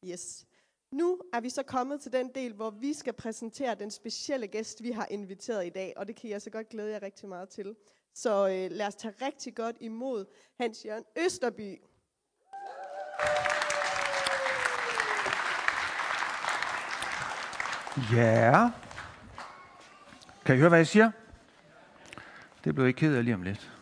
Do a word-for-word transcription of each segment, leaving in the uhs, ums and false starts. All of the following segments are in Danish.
Yes. Nu er vi så kommet til den del, hvor vi skal præsentere den specielle gæst, vi har inviteret i dag, og det kan jeg så godt glæde jer rigtig meget til. Så øh, lad os tage rigtig godt imod Hans Jørgen Østerby. Ja. Kan I høre, hvad jeg siger? Det blev ikke ked af lige om lidt.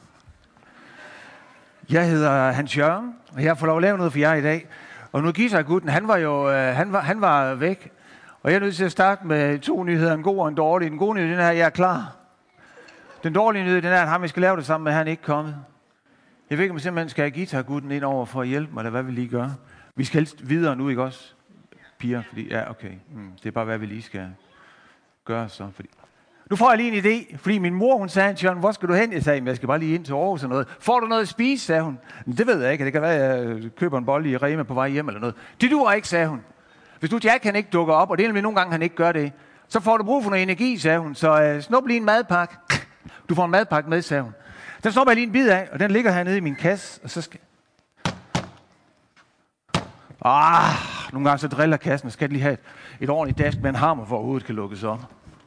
Jeg hedder Hans Jørgen, og jeg får lov at lave noget for jer i dag. Og nu Gita gutten, han var jo øh, han var, han var væk. Og jeg er nødt til at starte med to nyheder, en god og en dårlig. Den gode nyhed, den er, at jeg er klar. Den dårlige nyhed, den er, at ham, vi skal lave det sammen med, han er ikke kommet. Jeg ved ikke, om jeg simpelthen skal have Gita gutten ind over for at hjælpe mig, eller hvad vi lige gør. Vi skal helst videre nu, ikke også? Piger, fordi, ja, okay. Hmm, det er bare, hvad vi lige skal gøre så. Fordi... Nu får jeg lige en idé, fordi min mor, hun sagde, Jørgen, hvor skal du hen? Jeg sagde, jeg skal bare lige ind til Aarhus og noget. Får du noget at spise, sagde hun. Men det ved jeg ikke. Det kan være, at jeg køber en bolle i Rema på vej hjem eller noget. Det duer ikke, sagde hun. Hvis du Jack, han ikke dukker op, og det er nemlig nogle gange, han ikke gør det, så får du brug for noget energi, sagde hun. Så uh, snup lige en madpakke. Du får en madpakke med, sagde hun. Den snupper jeg lige en bid af, og den ligger hernede i min kasse, og så skal... Ah, nogle gange så driller kassen, og skal lige have et, et ordentligt dask med en hammer, for hovedet kan lukkes op.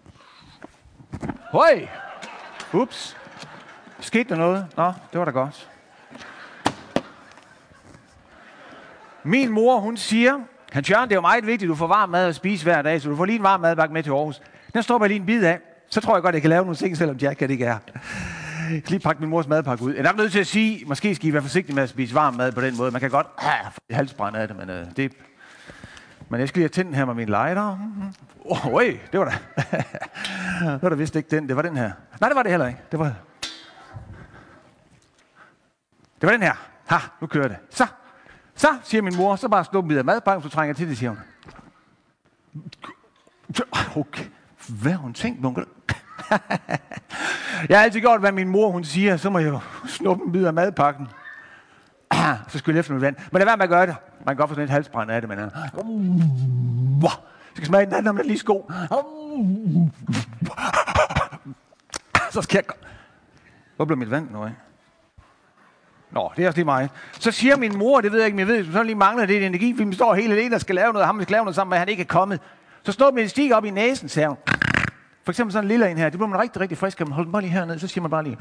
Høj! Ups. Skete der noget? Nå, det var da godt. Min mor, hun siger, Hans Jørgen, det er jo meget vigtigt, at du får varm mad at spise hver dag, så du får lige en varm madbakke med til Aarhus. Den står bare lige en bid af. Så tror jeg godt, jeg kan lave nogle ting, selvom Jack kan det ikke er. Jeg kan lige pakke min mors madpakke ud. Jeg er nødt til at sige, måske skal I være forsigtige med at spise varm mad på den måde. Man kan godt ah, få halsbrænde af det, men uh, det... Men jeg skal lige have tændt den her med min lighter. Åh, oh, øj, det var da... det var da vist ikke den, det var den her. Nej, det var det heller ikke. Det var... Det var den her. Ha, nu kører det. Så, så, siger min mor, så bare snup en bid af madpakken, så trænger til det, siger hun. Okay, hvad har hun tænkt, munkel? Jeg har altid gjort, hvad min mor hun siger, så må jeg jo snuppe en bid af madpakken. Så skulle jeg efter noget vand. Men lad være med at gøre det. Man kan godt få sådan et halsbrand af det, men... Uh, så skal smage den anden, om den lige sko. Så skal jeg... Hvor blev mit vand nu af? Nå, det er også lige meget. Så siger min mor, det ved jeg ikke, men jeg ved, så lige mangler det energi, fordi man står helt alene og skal lave noget, og ham skal lave noget sammen med, at han ikke er kommet. Så står man stik op i næsen, siger hun. For eksempel sådan en lille en her, det bliver man rigtig, rigtig frisk, kan man holde den bare lige hernede, så siger man bare lige...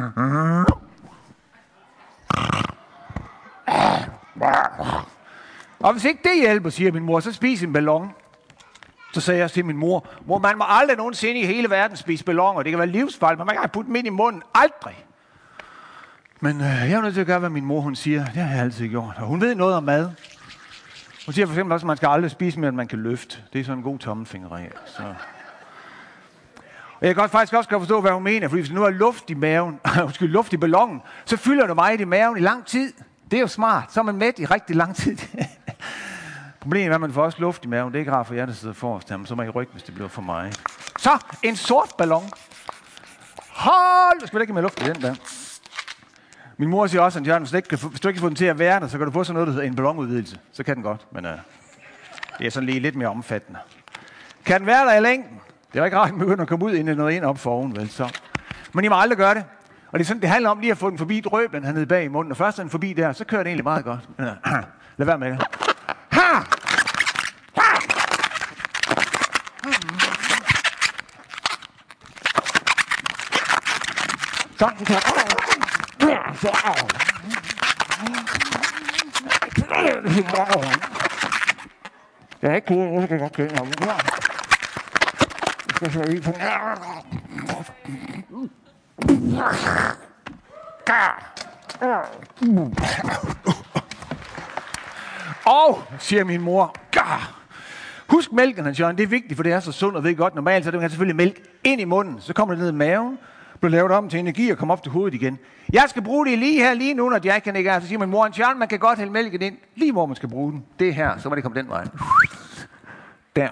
Og hvis ikke det hjælper, siger min mor, så spis en ballon. Så sagde jeg til min mor, hvor man må aldrig nogensinde i hele verden spise balloner. Det kan være livsfarligt, men man kan putte dem ind i munden. Aldrig. Men øh, jeg er nødt til at gøre, hvad min mor hun siger. Det har jeg altid gjort. Og hun ved noget om mad. Hun siger for eksempel også, at man skal aldrig spise mere, end man kan løfte. Det er sådan en god tommelfingerregel. Så... Og jeg kan faktisk også godt forstå, hvad hun mener. Fordi hvis nu er luft i maven, undskyld, luft i ballonen, så fylder det meget i maven i lang tid. Det er jo smart. Så er man mæt i rigtig lang tid. Problemet er, at man får også luft i maven. Det er ikke rart for jer, der sidder forrest ham. Så må I rykke, hvis det bliver for meget. Så, en sort ballon. Hold! Du skal vel ikke med luft i den der. Min mor siger også, at Jørgen, hvis du ikke kan få, hvis du ikke kan få den til at være der, så kan du få sådan noget, der hedder en ballonudvidelse. Så kan den godt, men uh, det er sådan lige lidt mere omfattende. Kan den være der i længden? Det er ikke rart, at man begynder at komme ud, inden noget ind op for oven, vel? Så. Men I må aldrig gøre det. Og det er sådan, det handler om lige at få den forbi drøblen hernede bag i munden. Og først er den forbi der, så kører det egentlig meget godt. Men, uh, lad være med det. Ha! Ha! Så. Det er ikke cool, jeg skal godt kende ham. Jeg skal så lige Og, siger min mor, husk mælken, Hans Jørgen, det er vigtigt, for det er så sundt og ved godt. Normalt så det kan selvfølgelig mælk ind i munden, så kommer det ned i maven, bliver lavet om til energi og kommer op til hovedet igen. Jeg skal bruge det lige her, lige nu, når jeg kan ikke er. Så siger min mor, Hans Jørgen, man kan godt hælde mælken ind, lige hvor man skal bruge den. Det er her, så må det komme den vej. Der.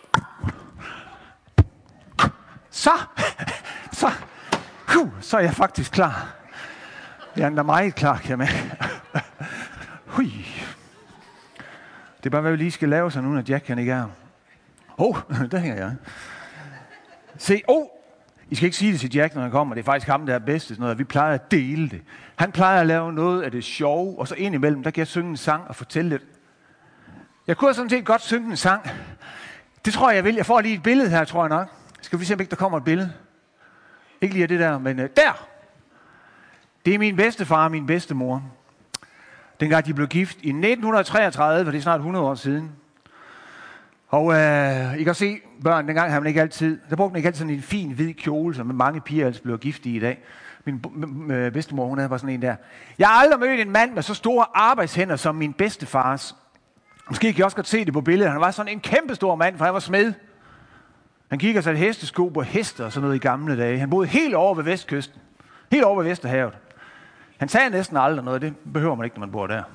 Så, så, huh, så er jeg faktisk klar. Jeg er da meget klar, kan jeg med. Hui. Det er bare, hvad vi lige skal lave, så nu, når Jack kan ikke er. Åh, oh, der hænger jeg. Se, åh, oh, I skal ikke sige det til Jack, når han kommer. Det er faktisk ham, der er bedst. Sådan noget. Vi plejer at dele det. Han plejer at lave noget af det sjove, og så indimellem, der kan jeg synge en sang og fortælle lidt. Jeg kunne sådan set godt synge en sang. Det tror jeg, jeg vil. Jeg får lige et billede her, tror jeg nok. Skal vi se, om ikke der kommer et billede? Ikke lige af det der, men uh, der! Det er min bedstefar og min bedstemor. Dengang de blev gift i nitten treogtredive, for det er snart hundrede år siden. Og øh, I kan se, børn, dengang havde man ikke altid, der brugte man ikke altid sådan en fin hvid kjole, som mange piger altså bliver gift i i dag. Min øh, bedstemor, hun havde bare sådan en der. Jeg har aldrig mødt en mand med så store arbejdshænder som min bedstefars. Måske kan I også godt se det på billedet. Han var sådan en kæmpestor mand, for han var smed. Han gik og satte hestesko på heste og sådan noget i gamle dage. Han boede helt over ved vestkysten. Helt over ved Vesterhavet. Han sagde næsten aldrig noget. Det behøver man ikke, når man bor der.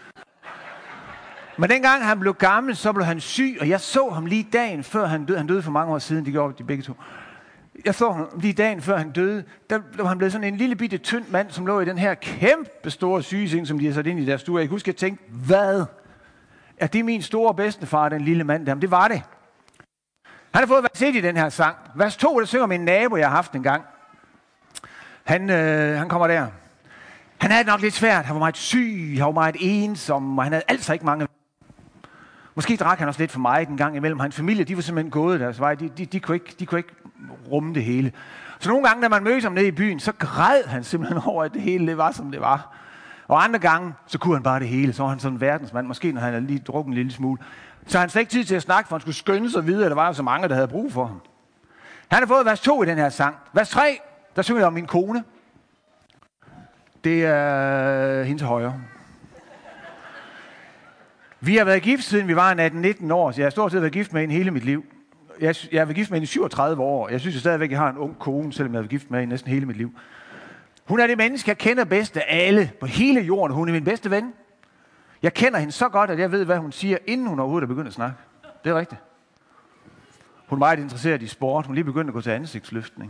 Men dengang han blev gammel, så blev han syg, og jeg så ham lige dagen før han døde. Han døde for mange år siden, de gjorde de begge to. Jeg så ham lige dagen før han døde. Der var han blevet sådan en lille bitte tynd mand, som lå i den her kæmpe store sygeseng, som de har sat ind i deres stue. Jeg kan huske, at jeg tænkte, hvad? Er det min store bedstefar, den lille mand der? Men det var det. Han har fået vers et i den her sang. Vers to, der synger min nabo, jeg har haft en gang. Han, øh, han kommer der. Han havde det nok lidt svært. Han var meget syg, han var meget ensom, og han havde altså ikke mange. Måske drak han også lidt for meget en gang imellem. Hans familie, de var simpelthen gået deres vej. De, de, de, kunne ikke, de kunne ikke rumme det hele. Så nogle gange, når man mødte ham nede i byen, så græd han simpelthen over, at det hele det var, som det var. Og andre gange, så kunne han bare det hele. Så var han sådan en verdensmand. Måske når han havde lige drukket en lille smule. Så han slet ikke tid til at snakke, for han skulle skynde sig videre. Der var jo så mange, der havde brug for ham. Han har fået vers to i den her sang. Vers tre, der synger jeg om min kone. Det er hende til højre. Vi har været gift, siden vi var atten nitten år, så jeg har stort set været gift med hende hele mit liv. Jeg, jeg har været gift med hende i syvogtredive år. Jeg synes jeg stadigvæk, jeg har en ung kone, selvom jeg har været gift med hende næsten hele mit liv. Hun er det menneske, jeg kender bedst af alle på hele jorden. Hun er min bedste ven. Jeg kender hende så godt, at jeg ved, hvad hun siger, inden hun overhovedet er begyndt at snakke. Det er rigtigt. Hun er meget interesseret i sport. Hun er lige begyndt at gå til ansigtsløftning.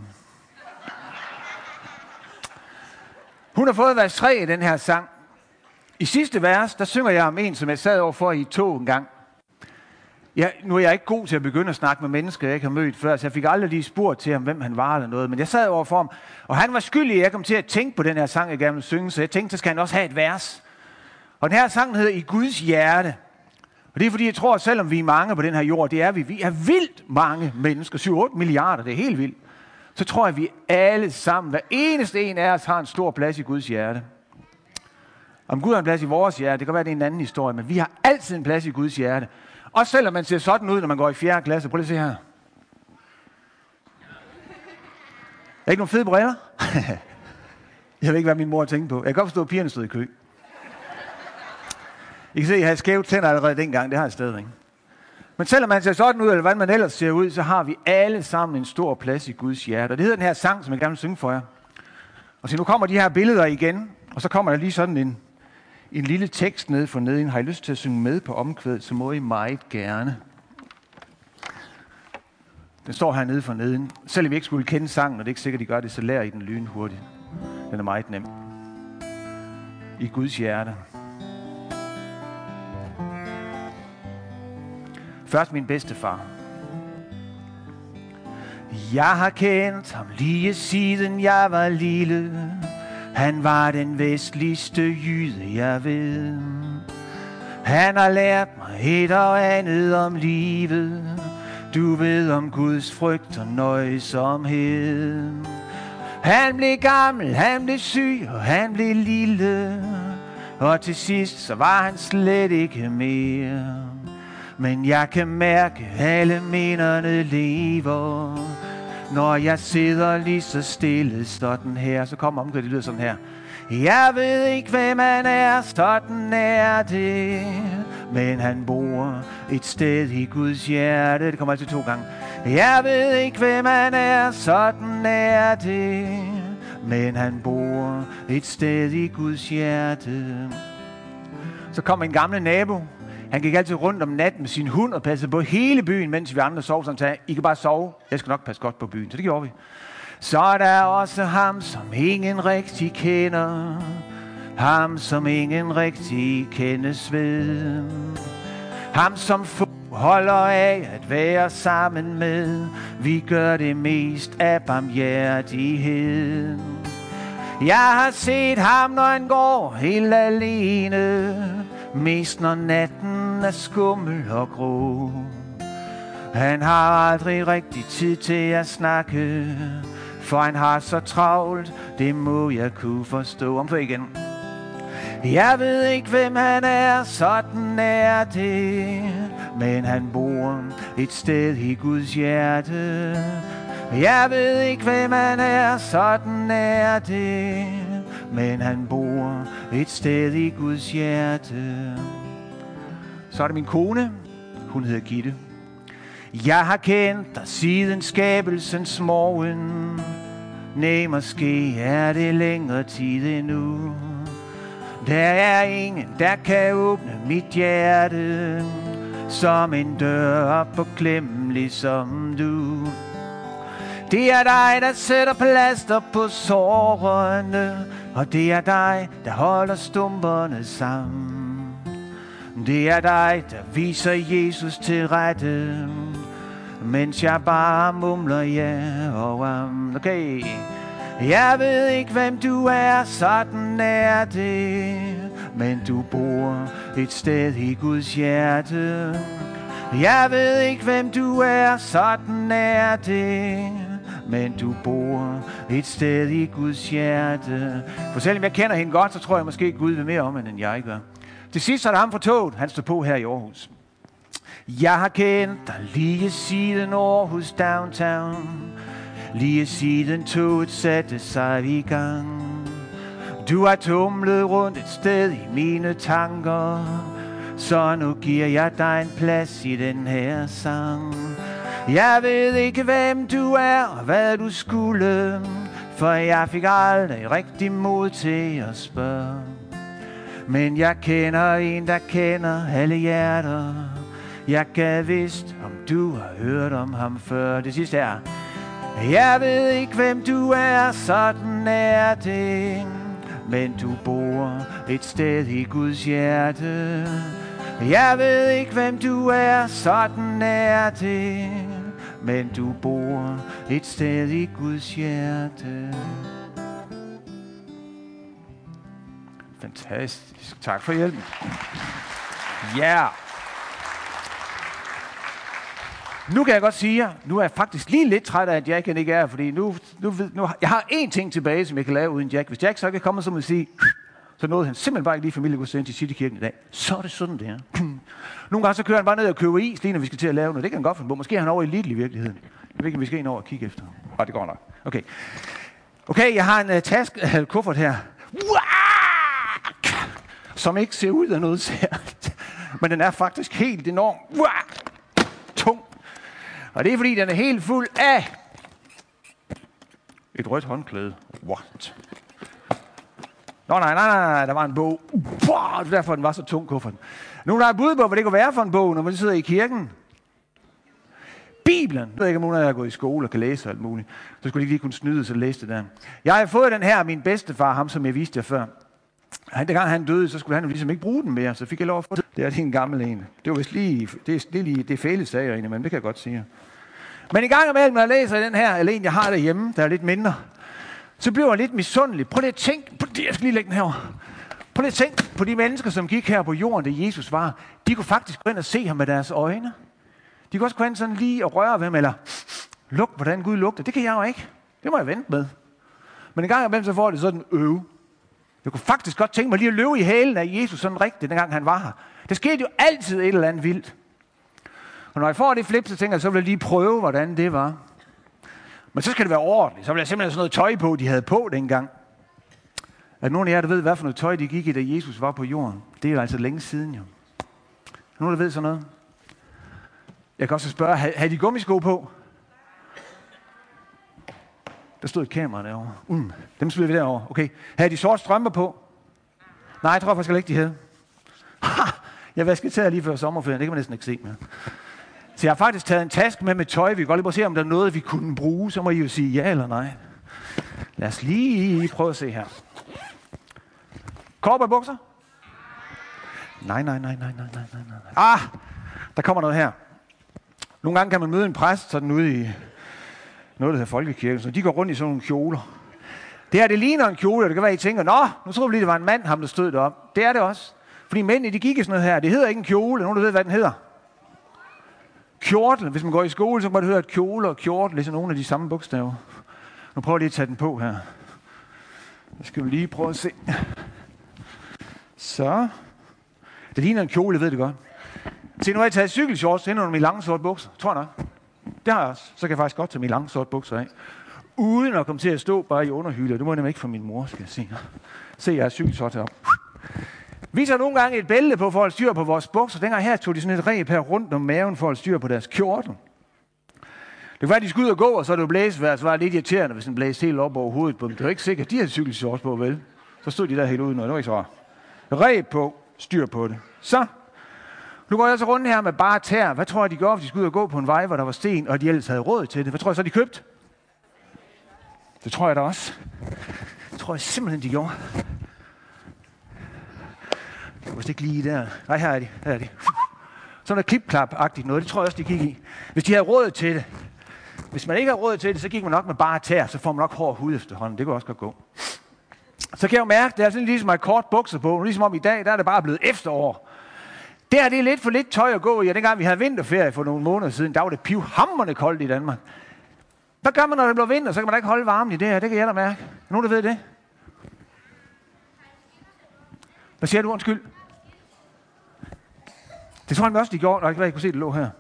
Hun har fået vers tre i den her sang. I sidste vers, der synger jeg om en, som jeg sad overfor i et tog en gang. Jeg, nu er jeg ikke god til at begynde at snakke med mennesker, jeg ikke har mødt før, så jeg fik aldrig lige spurgt til ham, hvem han var eller noget. Men jeg sad overfor ham, og han var skyldig, at jeg kom til at tænke på den her sang, jeg gerne ville synge, så jeg tænkte, så skal han også have et vers. Og den her sang hedder I Guds hjerte. Og det er fordi, jeg tror, at selvom vi er mange på den her jord, det er vi, vi er vildt mange mennesker, syv otte milliarder, det er helt vildt. Så tror jeg, at vi alle sammen, hver eneste en af os, har en stor plads i Guds hjerte. Om Gud har en plads i vores hjerte, det kan være, det er en anden historie, men vi har altid en plads i Guds hjerte. Også selvom man ser sådan ud, når man går i fjerde klasse. Prøv lige at se her. Er ikke nogen fede briller? Jeg ved ikke, hvad min mor tænkte på. Jeg kan godt forstå, at pigerne stod i kø. I kan se, at jeg havde skæve tænder allerede dengang. Det har jeg stadig ikke. Men selvom man ser sådan ud, eller hvordan man ellers ser ud, så har vi alle sammen en stor plads i Guds hjerte. Og det hedder den her sang, som jeg gerne vil synge for jer. Og så nu kommer de her billeder igen, og så kommer der lige sådan en, en lille tekst ned for neden. Har I lyst til at synge med på omkvædet, så må I meget gerne. Den står her nede for neden. Selvom vi ikke skulle kende sangen, og det er ikke sikkert, at I gør det, så lærer I den lynhurtigt. Den er meget nem. I Guds hjerte. Først min bedstefar. Jeg har kendt ham lige siden jeg var lille. Han var den vestligste jyde, jeg ved. Han har lært mig et og andet om livet. Du ved om Guds frygt og nøjsomhed. Han blev gammel, han blev syg, og han blev lille. Og til sidst, så var han slet ikke mere. Men jeg kan mærke, alle minderne lever. Når jeg sidder lige så stille, sådan her. Så kommer omkring, det lyder sådan her. Jeg ved ikke, hvem han er, sådan er det. Men han bor et sted i Guds hjerte. Det kommer altid to gange. Jeg ved ikke, hvem han er, sådan er det. Men han bor et sted i Guds hjerte. Så kom en gammel nabo. Han gik altid rundt om natten med sin hund og passede på hele byen, mens vi andre sov. Så han sagde, I kan bare sove. Jeg skal nok passe godt på byen. Så det gjorde vi. Så er der også ham, som ingen rigtig kender. Ham, som ingen rigtig kendes ved. Ham, som få holder af at være sammen med. Vi gør det mest af barmhjertighed. Jeg har set ham, når han går helt alene. Mest når natten verden er skummel og grå. Han har aldrig rigtig tid til at snakke, for han har så travlt, det må jeg kunne forstå. Om for igen. Jeg ved ikke, hvem han er, sådan er det, men han bor et sted i Guds hjerte. Jeg ved ikke, hvem han er, sådan er det, men han bor et sted i Guds hjerte. Så er det min kone, hun hedder Gitte. Jeg har kendt dig siden skabelsens morgen. Nej, måske er det længere tid endnu. Der er ingen, der kan åbne mit hjerte, som en dør på klem, ligesom du. Det er dig, der sætter plaster på sårene, og det er dig, der holder stumperne sammen. Det er dig, der viser Jesus til rette, mens jeg bare mumler ja og am. Okay. Jeg ved ikke, hvem du er, sådan er det, men du bor et sted i Guds hjerte. Jeg ved ikke, hvem du er, sådan er det, men du bor et sted i Guds hjerte. For selvom jeg kender hende godt, så tror jeg måske, Gud vil mere om hende, end jeg gør. Til sidst er der ham fra toget. Han står på her i Aarhus. Jeg har kendt dig lige siden Aarhus downtown, lige siden toget satte sig i gang. Du har tumlet rundt et sted i mine tanker, så nu giver jeg dig en plads i den her sang. Jeg ved ikke, hvem du er og hvad du skulle, for jeg fik aldrig rigtig mod til at spørge. Men jeg kender en, der kender alle hjerter. Jeg kan vidst, om du har hørt om ham før. Det sidste er: jeg ved ikke, hvem du er, sådan er det, men du bor et sted i Guds hjerte. Jeg ved ikke, hvem du er, sådan er det, men du bor et sted i Guds hjerte. Fantastisk. Tak for hjælpen. Ja. Yeah. Nu kan jeg godt sige jer, nu er jeg faktisk lige lidt træt af, at Jack ikke er, fordi nu, nu, nu, jeg har én ting tilbage, som jeg kan lave uden Jack. Hvis Jack så kan komme, så må jeg sige, så nåede han simpelthen bare ikke lige familiegudstjeneste til Citykirken i dag. Så er det sådan, det er. Nogle gange så kører han bare ned og køber is, lige når vi skal til at lave noget. Det kan han godt finde på. Måske er han over i Lidl i virkeligheden. Jeg ved ikke, om vi skal ind over og kigge efter. Ah, det går nok. Okay. Okay, jeg har en uh, task, uh, kuffert her, som ikke ser ud af noget særligt. Men den er faktisk helt enorm. Tung. Og det er fordi, den er helt fuld af et rødt håndklæde. What? Nå nej, nej, nej, nej, der var en bog. Wow, det er derfor, den var så tung, kufferten. Nu der er bud på, hvad det kunne være for en bog, når man sidder i kirken. Bibelen. Jeg ved ikke, om nogen af jer er gået i skole og kan læse og alt muligt. Så skulle de ikke lige kunne snyde, så læse det der. Jeg har fået den her af min bedstefar, ham som jeg viste jer før. Han, dengang han døde, så skulle han jo ligesom ikke bruge den mere, så fik jeg lov at få det. Det er det en gammel en. Det var vist lige, det er, det er, lige, det er fælles sager, men det kan jeg godt sige. Men i gang imellem, når jeg læser den her, eller en, jeg har derhjemme, der er lidt mindre, så bliver jeg lidt misundelig. Prøv lige at tænke på det, jeg skal lige lægge den her. Prøv lige at tænke på de mennesker, som gik her på jorden, da Jesus var. De kunne faktisk gå ind og se ham med deres øjne. De kunne også gå ind sådan lige og røre ved ham, eller lugte, hvordan Gud lugter. Det kan jeg jo ikke. Det må jeg vente med. Men en gang imellem, så får det sådan øve. Jeg kunne faktisk godt tænke mig lige at løbe i hælen af Jesus sådan rigtigt, dengang han var her. Der skete jo altid et eller andet vildt. Og når jeg får det flip, så tænker jeg, så vil jeg lige prøve, hvordan det var. Men så skal det være ordentligt. Så vil jeg simpelthen have sådan noget tøj på, de havde på dengang. Er der nogen af jer, der ved, hvad for noget tøj de gik i, da Jesus var på jorden? Det er jo altså længe siden, jo. Er der nogen, der ved sådan noget? Jeg kan også spørge, havde de gummisko på? Der stod et kamera derovre. Mm, dem smider vi derovre. Okay. Havde de sorte strømper på? Nej, jeg tror faktisk ikke, de havde. Ha! Jeg vaskede til lige før sommerferien. Det kan man næsten ikke se mere. Så jeg har faktisk taget en taske med med tøj. Vi kan godt lige prøve at se, om der er noget, vi kunne bruge. Så må I jo sige ja eller nej. Lad os lige prøve at se her. Korper og bukser? Nej, nej, nej, nej, nej, nej, nej, nej. Ah! Der kommer noget her. Nogle gange kan man møde en præst sådan ude i noget, der hedder Folkekirken. Så de går rundt i sådan nogle kjoler. Det her, det ligner en kjole, og det kan være, I tænker, nå, nu tror vi lige, det var en mand, ham der stod deroppe. Det er det også. Fordi mændene, de gik i sådan noget her. Det hedder ikke en kjole. Nogen, der ved, hvad den hedder? Kjortel. Hvis man går i skole, så må det hedde et kjole og kjortel. Det er nogle af de samme bogstaver. Nu prøver jeg lige at tage den på her. Så skal vi lige prøve at se. Så. Det ligner en kjole, jeg ved det godt. Se, nu har jeg taget cykelshorts, så hænder mine lange sorte bukser. Tror jeg nok. Det har jeg også. Så kan jeg faktisk godt tage mine lange sorte bukser af. Uden at komme til at stå bare i underhylder. Det må jeg nemlig ikke for min mor, skal jeg se. Se, jeg har cykelshorts heroppe. Vi tager nogle gange et bælte på for at holde styr på vores bukser. Dengang her tog de sådan et reb her rundt om maven for at holde styr på deres kjortel. Det kan være, at de skulle ud og gå, og så er det jo blæsevejr, så var det lidt irriterende, hvis den blæste helt op over hovedet på dem. Det var ikke sikkert, at de havde cykelshorts på, vel? Så stod de der helt uden, og det var ikke så rart. Reb på, styr på det. Så, nu går jeg så rundt her med bare tær. Hvad tror jeg, de gjorde, hvis de skulle ud og gå på en vej, hvor der var sten, og de ellers havde råd til det? Hvad tror jeg så, de købte? Det tror jeg da også. Det tror jeg simpelthen, de gjorde. Det var ikke lige der. Nej, her er de. Her er de. Sådan noget klip-klap-agtigt noget. Det tror jeg også, de gik i. Hvis de havde råd til det. Hvis man ikke har råd til det, så gik man nok med bare tær. Så får man nok hård hud efterhånden. Det kunne også godt gå. Så kan jeg jo mærke, det er sådan ligesom at have kort bukser på. Ligesom om i dag, der er det bare blevet efterår. Der er det lidt for lidt tøj at gå i. Og dengang vi havde vinterferie for nogle måneder siden, der var det pivhamrende koldt i Danmark. Hvad gør man, når det bliver vinter? Så kan man da ikke holde varmen i det her. Det kan jeg da mærke. Er nogen, der ved det? Hvad siger du? Undskyld. Det tror jeg også, de gjorde. Nå, jeg kunne se, det lå her.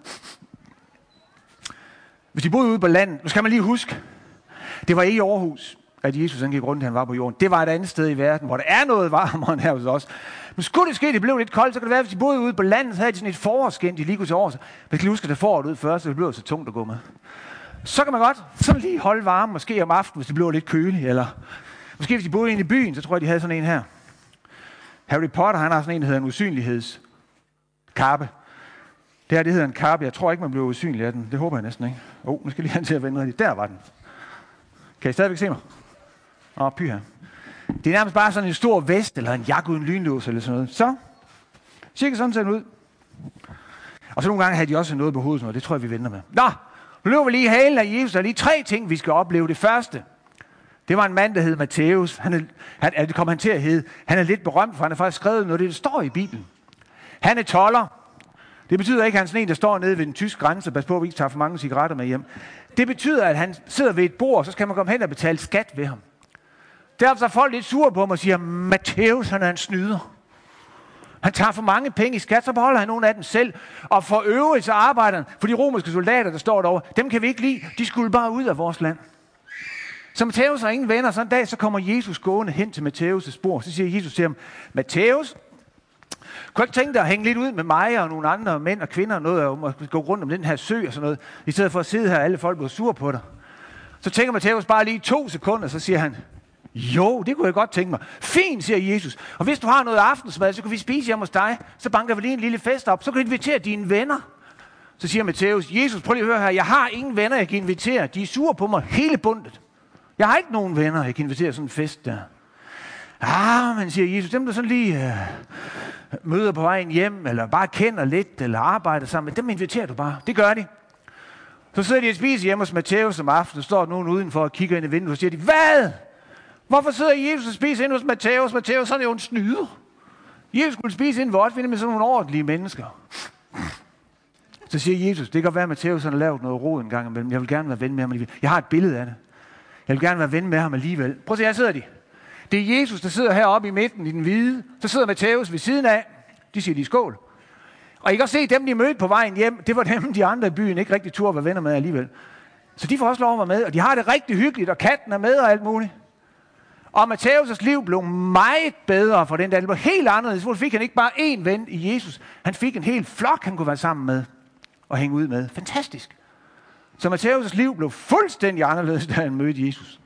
Hvis de boede ude på landet, nu skal man lige huske, det var ikke i Aarhus, at Jesus han gik rundt, han var på jorden. Det var et andet sted i verden, hvor der er noget varmere end her hos os. Men skulle det ske, det blev lidt koldt, så kan det være, hvis de boede ude på landet, så havde de sådan et forårsskind, de lige kunne tage over sig. Men kan huske, at det foråret ud først, så det blev så tungt at gå med. Så kan man godt sådan lige holde varme, måske om aftenen, hvis det blev lidt køligt, eller måske hvis de boede inde i byen, så tror jeg, de havde sådan en her. Harry Potter, han har sådan en, der hedder en usynlighedskarpe. Det her, det hedder en karpe. Jeg tror ikke, man bliver usynlig af den. Det håber jeg næsten ikke. Åh, oh, nu skal jeg lige have til at vende rigtigt. Der var den. Kan I stadigvæk se mig? Åh, py her. Det er nærmest bare sådan en stor vest, eller en jakke uden lynlås, eller sådan noget. Så, cirka sådan ser den ud. Og så nogle gange havde de også noget på hovedet, sådan noget. Det tror jeg, vi venter med. Nå, nu løber vi lige i halen af Jesus. Der er lige tre ting, vi skal opleve. Det første, det var en mand, der hed Matthæus. Han er, han, det kom han til at hedde. Han er lidt berømt, for han har faktisk skrevet noget, det der står i Bibelen. Han er toller. Det betyder ikke, at han er sådan en, der står nede ved den tyske grænse, pas på, at vi ikke tager for mange cigaretter med hjem. Det betyder, at han sidder ved et bord, så skal man komme hen og betale skat ved ham. Derfor er folk lidt sure på ham og siger, Matthæus, han er en snyder. Han tager for mange penge i skat, så beholder han nogle af dem selv. Og for øvrigt så arbejder han, for de romerske soldater, der står derovre, dem kan vi ikke lide. De skulle bare ud af vores land. Så Matthæus har ingen venner. Så en dag, så kommer Jesus gående hen til Matthæus' spor. Så siger Jesus til ham, Matthæus, kunne ikke tænke dig at hænge lidt ud med mig og nogle andre mænd og kvinder og noget, og gå rundt om den her sø og sådan noget, i stedet for at sidde her, og alle folk bliver sure på dig. Så tænker Matthæus bare lige to sekunder, så siger han, jo, det kunne jeg godt tænke mig. Fint, siger Jesus. Og hvis du har noget aftensmad, så kan vi spise hjemme hos dig. Så banker vi lige en lille fest op. Så kan du invitere dine venner. Så siger Matthæus, Jesus, prøv lige at høre her. Jeg har ingen venner, jeg kan invitere. De er sure på mig hele bundet. Jeg har ikke nogen venner, jeg kan invitere sådan en fest der. Ah, men siger Jesus, dem der sådan lige øh, møder på vejen hjem, eller bare kender lidt, eller arbejder sammen, dem inviterer du bare. Det gør de. Så sidder de og spiser hjemme hos Matthæus om aftenen, så står der nogen udenfor og kigger ind i vinduet, og siger de, hvad? Hvorfor sidder Jesus og spiser ind hos Matthæus? Matthæus, han er jo en snyder. Jesus skulle spise ind, hvor også finder med sådan nogle ordentlige mennesker. Så siger Jesus, det kan godt være, at Matthæus har lavet noget rod en gang imellem. Jeg vil gerne være ven med ham alligevel. Jeg har et billede af det. Jeg vil gerne være ven med ham alligevel. Prøv at se, her sidder de. Det er Jesus, der sidder heroppe i midten i den hvide. Så sidder Matthæus ved siden af. De siger, de er skål. Og I kan også se, dem de mødte på vejen hjem, det var dem, de andre i byen ikke rigtig turde være venner med alligevel. Så de får også lov at være med, og de har det rigtig hyggeligt, og katten er med og alt muligt. Og Matthæus' liv blev meget bedre for den der. Det blev helt anderledes. Hvor fik han ikke bare én ven i Jesus. Han fik en hel flok, han kunne være sammen med og hænge ud med. Fantastisk. Så Matthæus' liv blev fuldstændig anderledes, da han mødte Jesus.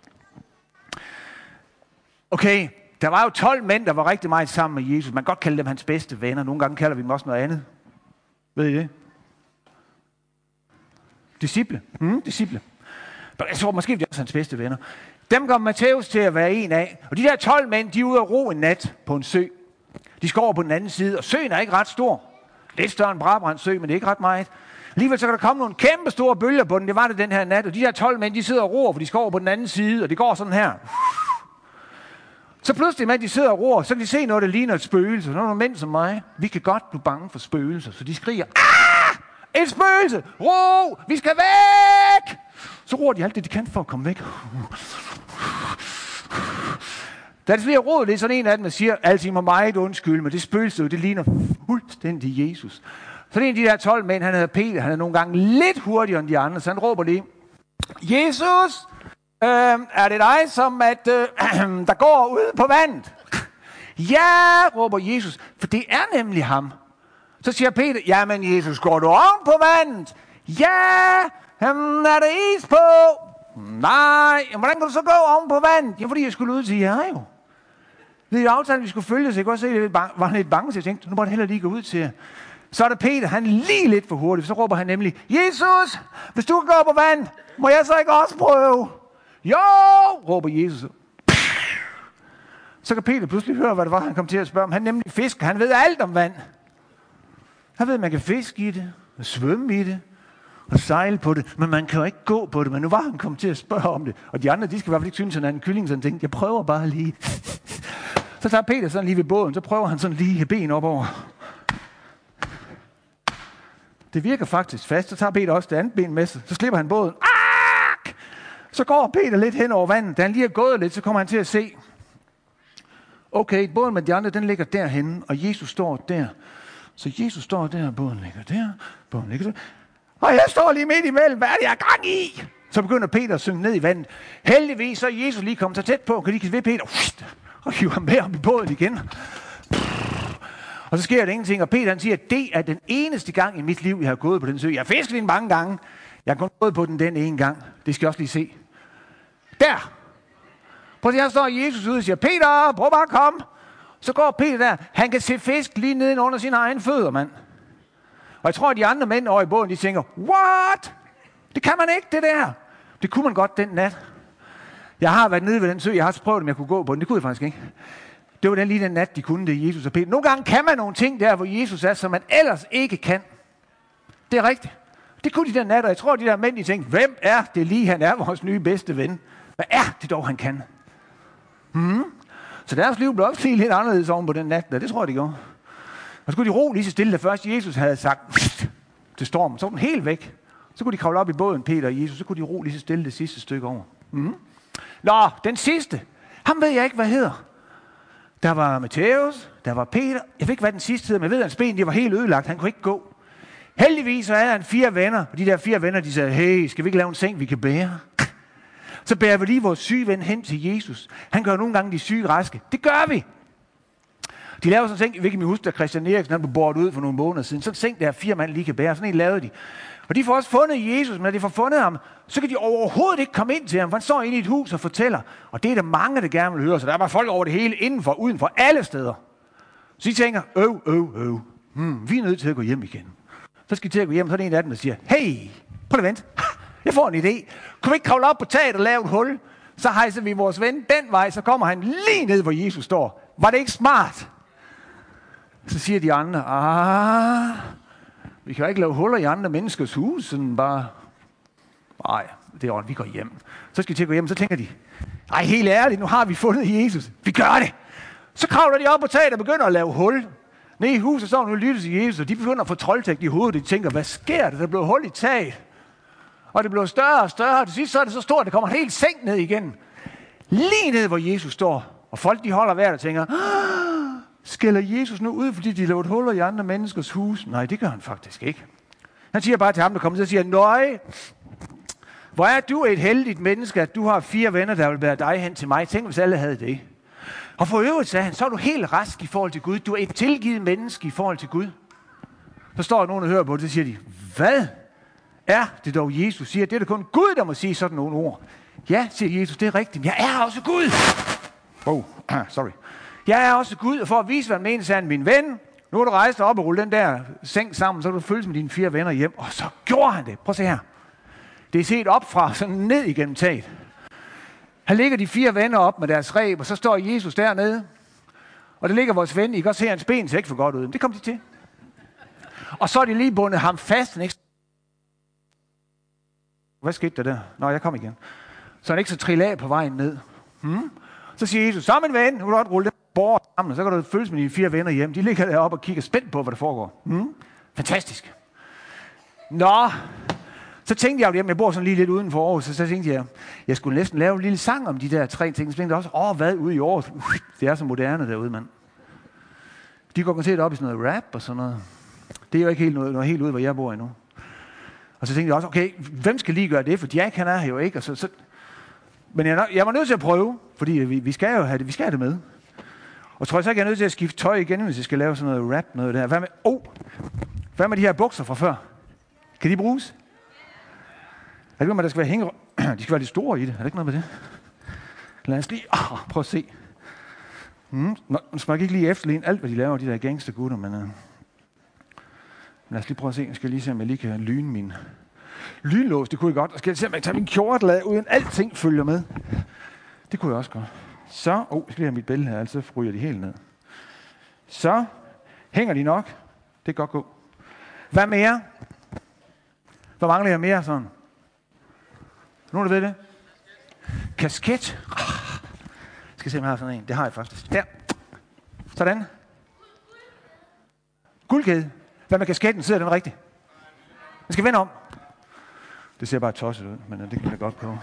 Okay, der var jo tolv mænd, der var rigtig meget sammen med Jesus. Man kan godt kalde dem hans bedste venner. Nogle gange kalder vi dem også noget andet. Ved I det? Disciple. Mm, disciple. Jeg tror måske, de er også hans bedste venner. Dem kom Matthæus til at være en af. Og de der tolv mænd, de er ude at ro en nat på en sø. De skal over på den anden side, og søen er ikke ret stor. Lidt større end Brabrands sø, men det er ikke ret meget. Alligevel så kan der komme nogle kæmpe store bølger på den. Det var det den her nat. Og de der tolv mænd, de sidder og roer, for de skal over på den anden side, og det går sådan her. Så pludselig, mens de sidder og roer, så kan de se noget, der ligner et spøgelse. Så nogle mænd som mig, vi kan godt blive bange for spøgelser. Så de skriger, ah! Et spøgelse! Ro! Vi skal væk! Så roer de alt det, de kan for at komme væk. Da det bliver roet lidt, sådan en af dem, der siger, altid må meget undskyld, men det spøgelse, det ligner fuldstændig Jesus. Så det er en af de der tolv mænd, han hedder Peter, han er nogle gange lidt hurtigere end de andre, så han råber lige, Jesus, øh, er det dig, som at, øh, der går ud på vandet? Ja, råber Jesus, for det er nemlig ham. Så siger Peter, jamen Jesus, går du om på vandet? Ja, jamen, er der is på? Nej, hvordan kan du så gå om på vandet? Ja, fordi jeg skulle ud til jer jo. Det er aftalen, vi skulle følge, så jeg kunne også se, at jeg var lidt bange, så jeg tænkte, nu må det heller lige gå ud til jer. Så er der Peter, han er lige lidt for hurtigt, så råber han nemlig, Jesus, hvis du kan gå på vand, må jeg så ikke også prøve? Jo, råber Jesus. Så kan Peter pludselig høre, hvad det var, han kom til at spørge om. Han er nemlig fisker, han ved alt om vand. Han ved, at man kan fiske i det, og svømme i det, og sejle på det, men man kan jo ikke gå på det. Men nu var han kommet til at spørge om det, og de andre, de skal i hvert fald ikke synes, at han er en kylling, så han tænkte, jeg prøver bare lige. Så tager Peter sådan lige ved båden, så prøver han sådan lige ben op over. Det virker faktisk fast. Så tager Peter også det andet ben med sig. Så slipper han båden. Ark! Så går Peter lidt hen over vandet. Da han lige er gået lidt, så kommer han til at se. Okay, båden med de andre, den ligger derhenne, og Jesus står der. Så Jesus står der, og båden ligger der, båden ligger der. Og jeg står lige midt imellem. Hvad er det, jeg er gang i? Så begynder Peter at synge ned i vandet. Heldigvis så er Jesus lige kommet så tæt på, kan de kan ved Peter og hive ham med om i båden igen. Og så sker der ingenting, og Peter han siger, at det er den eneste gang i mit liv, jeg har gået på den sø. Jeg har fisket den mange gange. Jeg har kun gået på den den ene gang. Det skal jeg også lige se. Der! Prøv at se, her står Jesus ude og siger, Peter, prøv bare at komme. Så går Peter der. Han kan se fisk lige neden under sine egne fødder, mand. Og jeg tror, at de andre mænd over i båden, de tænker, what? Det kan man ikke, det der. Det kunne man godt den nat. Jeg har været nede ved den sø, jeg har også prøvet, om jeg kunne gå på den. Det kunne jeg faktisk ikke. Det var den lige den nat, de kunne det, Jesus og Peter. Nogle gange kan man nogle ting der, hvor Jesus er, som man ellers ikke kan. Det er rigtigt. Det kunne de den nat, og jeg tror, de der mænd, de tænkte, hvem er det lige, han er vores nye bedste ven? Hvad er det dog, han kan? Hmm? Så deres liv blev også lidt anderledes oven på den nat, der. Det tror jeg, de gjorde. Og så kunne de ro lige så stille, da først Jesus havde sagt til stormen. Så var den helt væk. Så kunne de kravle op i båden, Peter og Jesus. Så kunne de ro lige så stille det sidste stykke over. Hmm? Nå, den sidste. Ham ved jeg ikke, hvad hedder. Der var Matthæus, der var Peter. Jeg ved ikke, hvad den sidste hedder, men jeg ved, at hans ben de var helt ødelagt. Han kunne ikke gå. Heldigvis så havde han fire venner. Og de der fire venner, de sagde, hey, skal vi ikke lave en seng, vi kan bære? Så bærer vi lige vores syge ven hen til Jesus. Han gør nogle gange de syge raske. Det gør vi. De lavede sådan en seng, hvilket vi husker, da Christian Eriksen han blev båret ud for nogle måneder siden. Sådan en seng, der fire mand lige kan bære. Sådan en lavede de. Og de får også fundet Jesus, men når de får fundet ham, så kan de overhovedet ikke komme ind til ham, for han står inde i et hus og fortæller. Og det er der mange, der gerne vil høre, så der er bare folk over det hele, indenfor, udenfor, alle steder. Så de tænker, øv, øv, øv, hmm, vi er nødt til at gå hjem igen. Så skal de til at gå hjem, så er det en af dem, der siger, hey, prøv at vente, jeg får en idé. Kunne vi ikke kravle op på taget og lave et hul? Så hejser vi vores ven den vej, så kommer han lige ned, hvor Jesus står. Var det ikke smart? Så siger de andre, ah... Vi kan jo ikke lave huller i andre menneskers hus, sådan bare... Nej, det er ordentligt, vi går hjem. Så skal de til at gå hjem, så tænker de, ej, helt ærligt, nu har vi fundet Jesus. Vi gør det. Så kravler de op på taget og begynder at lave hul. Nede i huset står nu lytter til Jesus, og de begynder at få troldtægt i hovedet. De tænker, hvad sker der? Der blev hul i taget. Og det blev større og større, og til sidst så er det så stort, at det kommer en helt seng ned igen. Lige ned, hvor Jesus står. Og folk, de holder vejret og tænker, skælder Jesus nu ud, fordi de lavede huller i andre menneskers hus? Nej, det gør han faktisk ikke. Han siger bare til ham, der kommer til at sige, nøj, hvor er du et heldigt menneske, at du har fire venner, der vil bære dig hen til mig. Tænk, hvis alle havde det. Og for øvrigt, sagde han, så er du helt rask i forhold til Gud. Du er et tilgivet menneske i forhold til Gud. Så står der nogen, der hører på det, så siger de, hvad er det dog, Jesus siger? Det er da kun Gud, der må sige sådan nogle ord. Ja, siger Jesus, det er rigtigt. Jeg er også Gud. Oh, sorry. Jeg er også Gud, og for at vise, hvad den ene sagde, min ven, nu har du rejst dig op og rulle den der seng sammen, så kan du følges med dine fire venner hjem. Og så gjorde han det. Prøv at se her. Det er set op fra, sådan ned igennem taget. Han ligger de fire venner op med deres reb, og så står Jesus dernede. Og der ligger vores ven, I kan også se, hans ben ser ikke for godt ud. Det kom de til. Og så er de lige bundet ham fast. Ikke? Hvad skete der der? Nå, jeg kom igen. Så han ikke så trille af på vejen ned. Hmm? Så siger Jesus, så min ven, nu kan du godt rulle den bord sammen, og så kan du følges med dine fire venner hjem. De ligger deroppe og kigger spændt på, hvad der foregår. Mm? Fantastisk. Nå, så tænkte jeg jo, at jeg bor sådan lige lidt uden for Aarhus, så, så tænkte jeg, jeg skulle næsten lave en lille sang om de der tre ting. Så tænkte jeg også, åh, hvad ude i Aarhus? Det er så moderne derude, mand. De går garanteret op i sådan noget rap og sådan noget. Det er jo ikke helt noget, noget helt ude, hvor jeg bor endnu. Og så tænkte jeg også, okay, hvem skal lige gøre det? For Jack, han er her jo ikke. Og så, så... Men jeg, jeg var nødt til at prøve, fordi vi, vi skal jo have det, vi skal have det med. Og tror jeg så ikke, jeg er nødt til at skifte tøj igen, hvis jeg skal lave sådan noget rap, noget der. Hvad med, oh, hvad med de her bukser fra før? Kan de bruges? Er det ikke noget med, der skal være hænge... De skal være lidt store i det. Er det ikke noget med det? Lad os lige oh, prøve at se. Mm. Nå, nu skal jeg ikke lige efterligne alt, hvad de laver, de der gangstergutter, men... Uh... Lad os lige prøve at se. Jeg skal lige se, om jeg lige kan lyne min... Lynlås, det kunne jeg godt. Og skal jeg se, om jeg kan tage min kjortel af, uden alting følger med. Det kunne jeg også godt. Så... Åh, oh, jeg skal lige have mit bælte her, ellers ryger de helt ned. Så... Hænger de nok? Det kan godt gå. Hvad mere? Hvad mangler jeg mere sådan? Nogen, der ved det? Kasket. Ah, skal jeg se, om jeg har sådan en. Det har jeg faktisk. Der. Sådan. Guldkæde. Hvad med kasketten? Sidder den rigtigt? Den skal vende om. Det ser bare tosset ud, men det kan jeg godt prøve.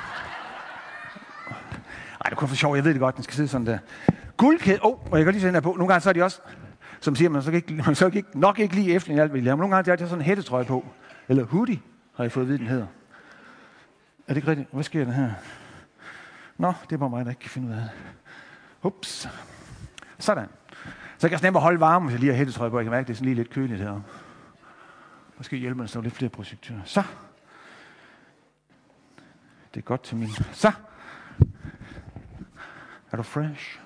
Ej, det kunne for sjov. Jeg ved det godt, den skal sidde sådan der. Guldkæde. Åh, oh, og jeg kan lige sætte den her på. Nogle gange så er de også, som siger, man så ikke, man så ikke, nok ikke lige efter alt, hvad de laver. Men nogle gange de har de sådan en hættetrøje på. Eller hoodie, har jeg fået at vide, den hedder. Er det ikke rigtigt? Hvad sker der her? Nå, det er bare mig, der ikke kan finde ud af det. Ups. Sådan. Så jeg kan snemme at holde varme, hvis jeg lige har hættetrøje på. Jeg kan mærke, at det er sådan lige lidt køligt heroppe. Måske hjælper mig, at der lidt flere projektører. Så. Det er godt til min. Så. Er du fresh?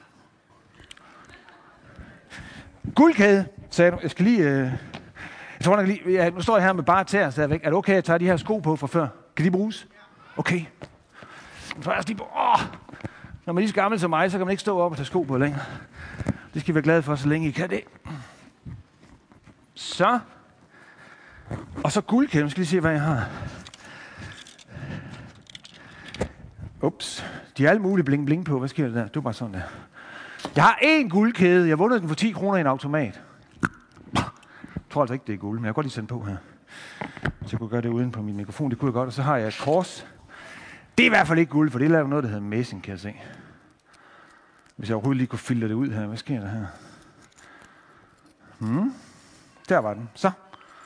Guldkæde, sagde du. Jeg skal lige... Øh... Jeg tror nok lige... Ja, nu står jeg her med bare tæer stadigvæk. Er det okay, at jeg tager de her sko på fra før? Kan de bruges? Okay. Nu tager jeg lige på... Åh! Når man lige er gammel som mig, så kan man ikke stå op og tage sko på længere. Det skal vi være glade for, så længe I kan det. Så. Og så guldkæde. Nu skal lige se, hvad jeg har. Ups. De er alle mulige bling bling på. Hvad sker der der? Det er bare sådan der. Jeg har én guldkæde. Jeg har vundet den for ti kroner i en automat. Jeg tror altså ikke, det er guld, men jeg kan godt lige sende på her. Så jeg kunne gøre det uden på min mikrofon. Det kunne jeg godt. Og så har jeg et kors. Det er i hvert fald ikke guld, for det er lavet noget, der hedder messing, kan jeg se. Hvis jeg overhovedet lige kunne filtre det ud her. Hvad sker der her? Hmm. Der var den. Så.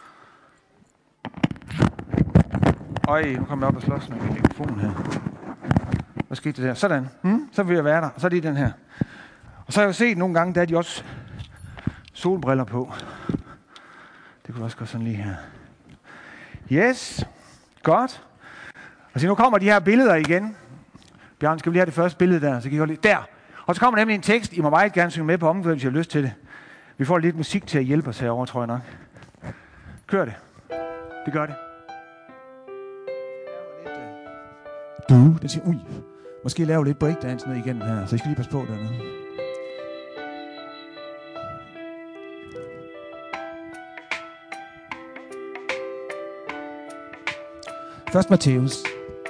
Øj, nu kommer jeg op og slås med min mikrofon her. Hvad skete der? Sådan. Hmm. Så vil jeg være der. Og så er det den her. Og så har jeg jo set nogle gange, der er de også solbriller på. Det kunne også gå sådan lige her. Yes. Godt. Og så nu kommer de her billeder igen. Bjørn, skal vi lige have det første billede der? Så kan I godt lige... Der. Og så kommer nemlig en tekst. I må meget gerne synge med på omkvædet, hvis I har lyst til det. Vi får lidt musik til at hjælpe os herovre, tror jeg nok. Kør det. Vi gør det. Du, den siger, ui. Måske lave lidt breakdance ned igennem her, så I skal lige passe på dernede. Først Matthæus.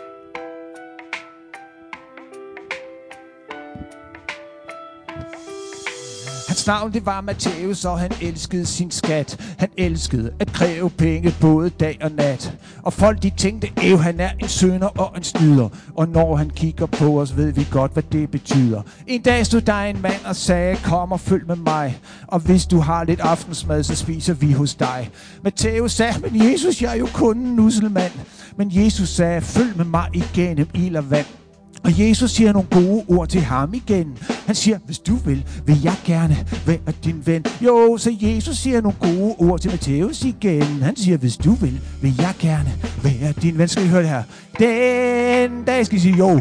Hans navn det var Matthæus, og han elskede sin skat. Han elskede at kræve penge både dag og nat. Og folk de tænkte, at han er en synder og en snyder. Og når han kigger på os, ved vi godt, hvad det betyder. En dag stod der en mand og sagde, kom og følg med mig. Og hvis du har lidt aftensmad, så spiser vi hos dig. Matthæus sagde, men Jesus, jeg er jo kun en nusselmand. Men Jesus sagde, følg med mig igennem ild og vand. Og Jesus siger nogle gode ord til ham igen. Han siger, hvis du vil, vil jeg gerne være din ven. Jo, så Jesus siger nogle gode ord til Matthæus igen. Han siger, hvis du vil, vil jeg gerne være din ven. Skal I høre det her? Den dag skal I sige, jo.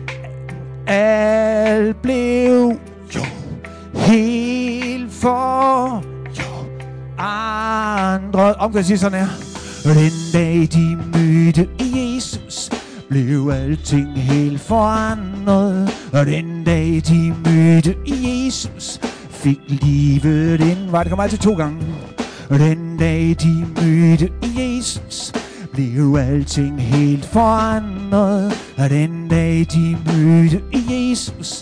Alt blev jo helt for jo andre. Om kan jeg sige sådan her? Den dag de mødte Jesus, blev alting helt forandret. Og den dag de mødte Jesus, fik livet ind. Var det kom altid to gange. Og den dag de mødte Jesus, blev alting helt forandret. Og den dag de mødte Jesus,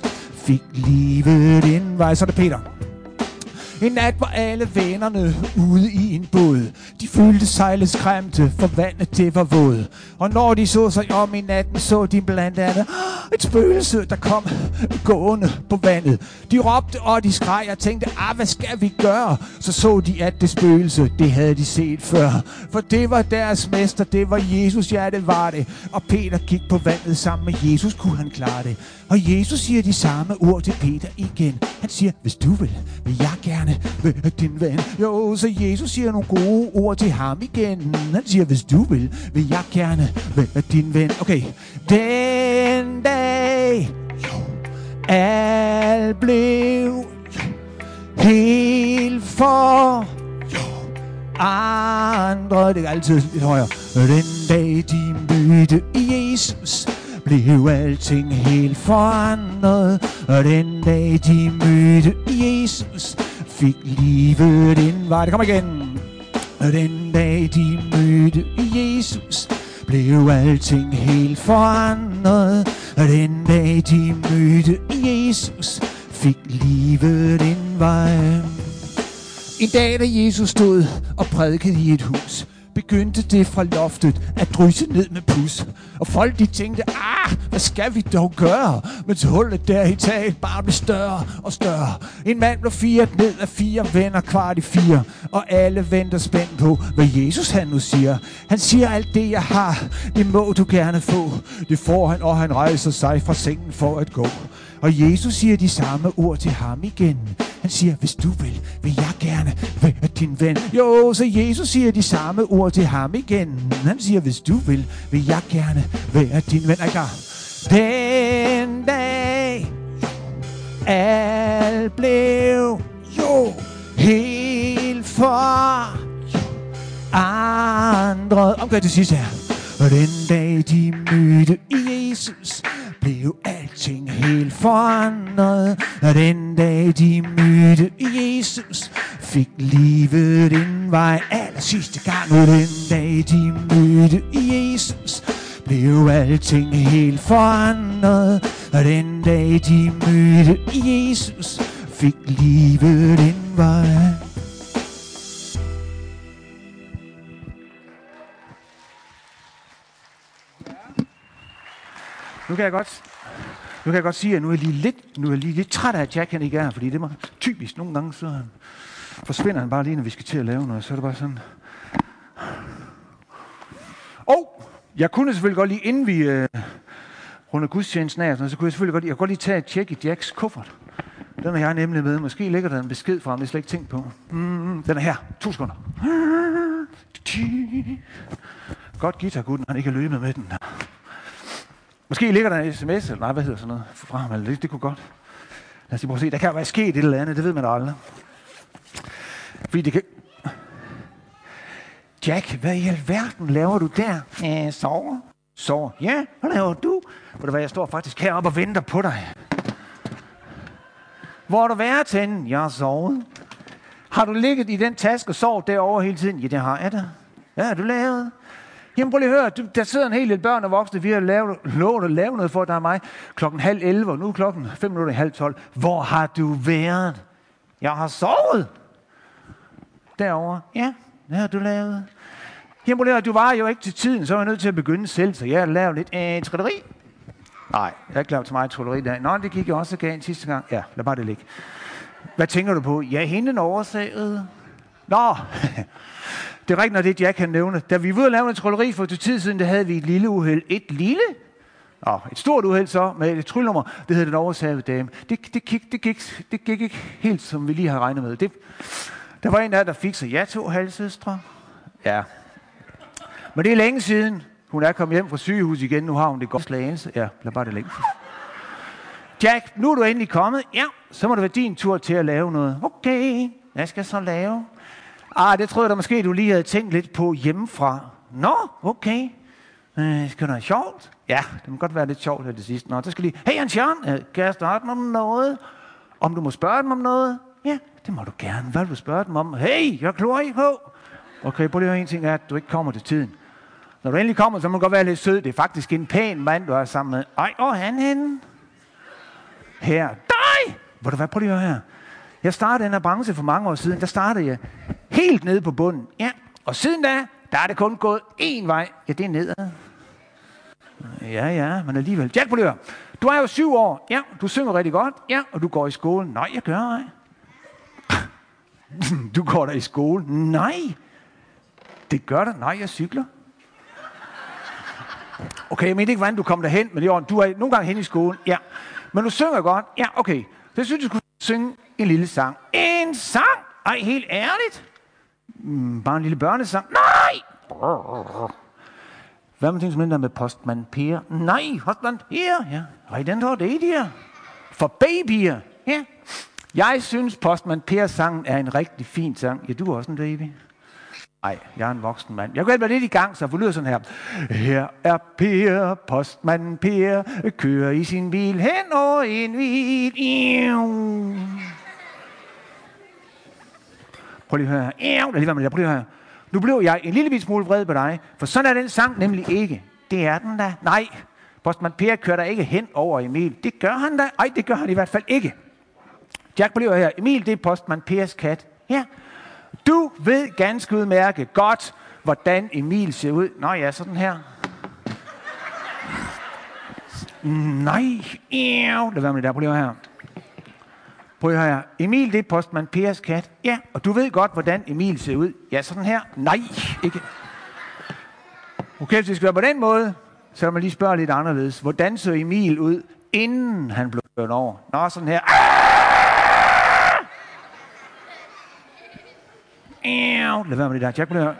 fik livet en vej. Så er det Peter. En nat var alle vennerne ude i en båd. De følte sig lidt skræmte, for vandet det var våd. Og når de så sig om i natten, så de blandt andet et spøgelse, der kom gående på vandet. De råbte og de skreg og tænkte, ah, hvad skal vi gøre? Så så de, at det spøgelse, det havde de set før. For det var deres mester, det var Jesus, ja det var det. Og Peter gik på vandet sammen med Jesus, kunne han klare det. Og Jesus siger de samme ord til Peter igen. Han siger, hvis du vil, vil jeg gerne være din ven. Jo, så Jesus siger nogle gode ord til ham igen. Han siger, hvis du vil, vil jeg gerne være din ven. Okay. Den dag, jo, alt blev jo, helt for jo, andre. Det er altid lidt højere. Den dag, de mødte Jesus, blev alting helt forandret. Og den dag de mødte Jesus, fik livet en vej. Det kommer igen. Og den dag de mødte Jesus, blev alting helt forandret. Og den dag de mødte Jesus, fik livet en vej. En dag da Jesus stod og prædikede i et hus, begyndte det fra loftet at drysse ned med pus. Og folk de tænkte, ah, hvad skal vi dog gøre? Men så hullet der i taget bare blev større og større. En mand blev firet ned af fire venner kvart i fire. Og alle venter spændt på, hvad Jesus han nu siger. Han siger, alt det jeg har, det må du gerne få. Det får han, og han rejser sig fra sengen for at gå. Og Jesus siger de samme ord til ham igen. Han siger, hvis du vil, vil jeg gerne være din ven. Jo, så Jesus siger de samme ord til ham igen. Han siger, hvis du vil, vil jeg gerne være din ven. Er I klar? Den dag, alt blev jo helt for jo, andre. Omkring til sidst her. Og den dag de mødte Jesus, blev alting helt forandret. Og den dag de mødte Jesus, fik livet en vej. Aller sidste gang. Og den dag de mødte Jesus, blev alting helt forandret. Og den dag de mødte Jesus, fik livet en vej. Nu kan jeg godt, nu kan jeg godt sige, at nu er jeg lige lidt, nu er jeg lige lidt træt af, at Jack han ikke er her, fordi det er typisk nogle gange, så han, forsvinder han bare lige, når vi skal til at lave noget, så er det bare sådan. Og jeg kunne selvfølgelig godt lige, inden vi øh, runder gudstjenesten af, så kunne jeg selvfølgelig godt, jeg kunne godt lige tage et tjek i Jacks kuffert. Den har jeg nemlig med. Måske ligger der en besked fra ham, det er slet ikke tænkt på. Mm, den er her. To sekunder. Godt guitar-gutten, han ikke har løbet med den der. Måske ligger der en sms, eller nej, hvad hedder sådan noget fra ham, eller det, det kunne godt. Lad os lige prøve at se. Der kan jo være sket et eller andet, det ved man aldrig. Fordi det kan... Jack, hvad i alverden laver du der? Jeg sover. Sover? Ja, hvad laver du? Ved du hvad, jeg står faktisk heroppe og venter på dig. Hvor har du været henne? Jeg har sovet. Har du ligget i den taske og sovet derovre hele tiden? Ja, det har jeg da. Hvad har du lavet? Jamen prøv lige at høre, du, der sidder en hel del børn og voksne, vi har lavet, lovet at lave noget for dig og mig. Klokken halv elleve, og nu er klokken fem minutter i halv tolv. Hvor har du været? Jeg har sovet. Derovre. Ja, hvad har du lavet? Jamen prøv lige at høre, du var jo ikke til tiden, så var jeg nødt til at begynde selv, så jeg har lavet lidt øh, trylleri. Nej, jeg har ikke lavet så meget trylleri der. Nå, det gik jeg også galt sidste gang. Ja, lad bare det ligge. Hvad tænker du på? Ja, hende den oversaget. Nå, det er rigtigt, når det Jack kan nævne. Da vi var ude at lave en trylleri for et tid siden, der havde vi et lille uheld. Et lille? Nå, et stort uheld så, med et tryllenummer. Det hed den oversagede dame. Det, det, gik, det, gik, det gik ikke helt, som vi lige har regnet med. Det, der var en af der fik sig, ja, to halvsøstre. Ja. Men det er længe siden. Hun er kommet hjem fra sygehus igen. Nu har hun det godt Slagelse. Ja, lad bare det længe. Jack, nu er du endelig kommet. Ja, så må det være din tur til at lave noget. Okay, hvad skal jeg så lave? Ah, det tror jeg da måske, du lige havde tænkt lidt på hjemmefra. Nå, okay. Øh, skal du have sjovt? Ja, det må godt være lidt sjovt her det sidste. Nå, så skal lige... Hey, Hans Jørgen, kan jeg starte om noget? Om du må spørge dem om noget? Ja, det må du gerne. Hvad vil du spørge dem om? Hey, jeg klor ikke på. Okay, prøv lige at høre en ting, er, at du ikke kommer til tiden. Når du endelig kommer, så må du godt være lidt sød. Det er faktisk en pæn mand, du er sammen med. Ej, og han henne? Her. Der Ved du hvad, prøv lige at høre her. Jeg startede den her branche for mange år siden. Der startede jeg helt nede på bunden. Ja, og siden da, der er det kun gået én vej. Ja, det er nedad. Ja, ja, men alligevel. Jack, prøv lige at høre. Du er jo syv år. Ja, du synger rigtig godt. Ja, og du går i skole. Nej, jeg gør ej. Du går der i skole. Nej. Det gør der. Nej, jeg cykler. Okay, jeg mener ikke, hvordan du kommer derhen, men det er du er nogle gange hen i skolen. Ja, men du synger godt. Ja, okay. Så synes jeg, du skulle synge en lille sang. En sang? Ej, helt ærligt? Mm, bare en lille børnesang? Nej! Hvad med ting som den der med Postmand Per? Nej, Postmand Per. Ja, ej, den tror det der. For babyer. Ja. Jeg synes, Postmand Per sangen er en rigtig fin sang. Ja, du er også en baby. Nej, jeg er en voksen mand. Jeg kan være lidt i gang, så for lyder sådan her. Her er Per, postmand Per, kører i sin bil hen over en hvil. Prøv lige at høre her. Lad lige være med det. Prøv lige at høre her. Nu blev jeg en lille smule vred på dig, for sådan er den sang nemlig ikke. Det er den da. Nej, postmand Per kører der ikke hen over Emil. Det gør han da. Ej, det gør han i hvert fald ikke. Jack, prøv lige at høre her. Emil, det er postmand Pers kat. Ja. Du ved ganske udmærket godt, hvordan Emil ser ud. Nå ja, sådan her. Nej. Lad være med det der. Prøv lige her. Prøv lige her. Emil, det er postmand Pers kat. Ja, og du ved godt, hvordan Emil ser ud. Ja, sådan her. Nej, ikke. Okay, hvis det skal være på den måde, så kan man lige spørge lidt anderledes. Hvordan så Emil ud, inden han blev kørt over? Nå, sådan her. Lad være med det der. Jack, prøv.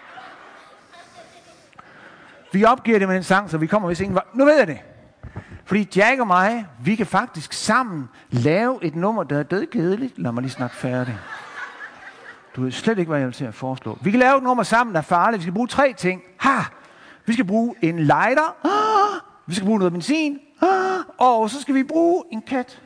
Vi opgiver det med den sang, så vi kommer hvis ingen var. Nu ved jeg det. Fordi Jack og mig, vi kan faktisk sammen lave et nummer, der er dødkedeligt. Lad mig lige snakke færdig. Du ved slet ikke, hvad jeg vil til at foreslå. Vi kan lave et nummer sammen, der er farligt. Vi skal bruge tre ting. Ha! Vi skal bruge en lighter. Ah! Vi skal bruge noget benzin. Ah! Og så skal vi bruge en kat.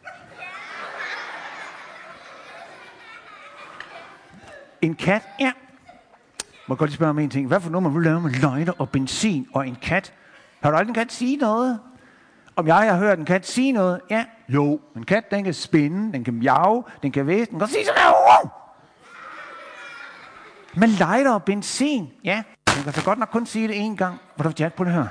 En kat? Ja. Må jeg godt lige spørge om en ting. Hvad for nummer vil du lave med lighter og benzin og en kat? Har du aldrig en kat sige noget? Om jeg har hørt en kat sige noget? Ja. Jo. En kat, den kan spinde, den kan miave, den kan væse, den kan sige sådan her. Men lighter og benzin? Ja. Den kan så godt nok kun sige det én gang. Hvor du Jack på det her?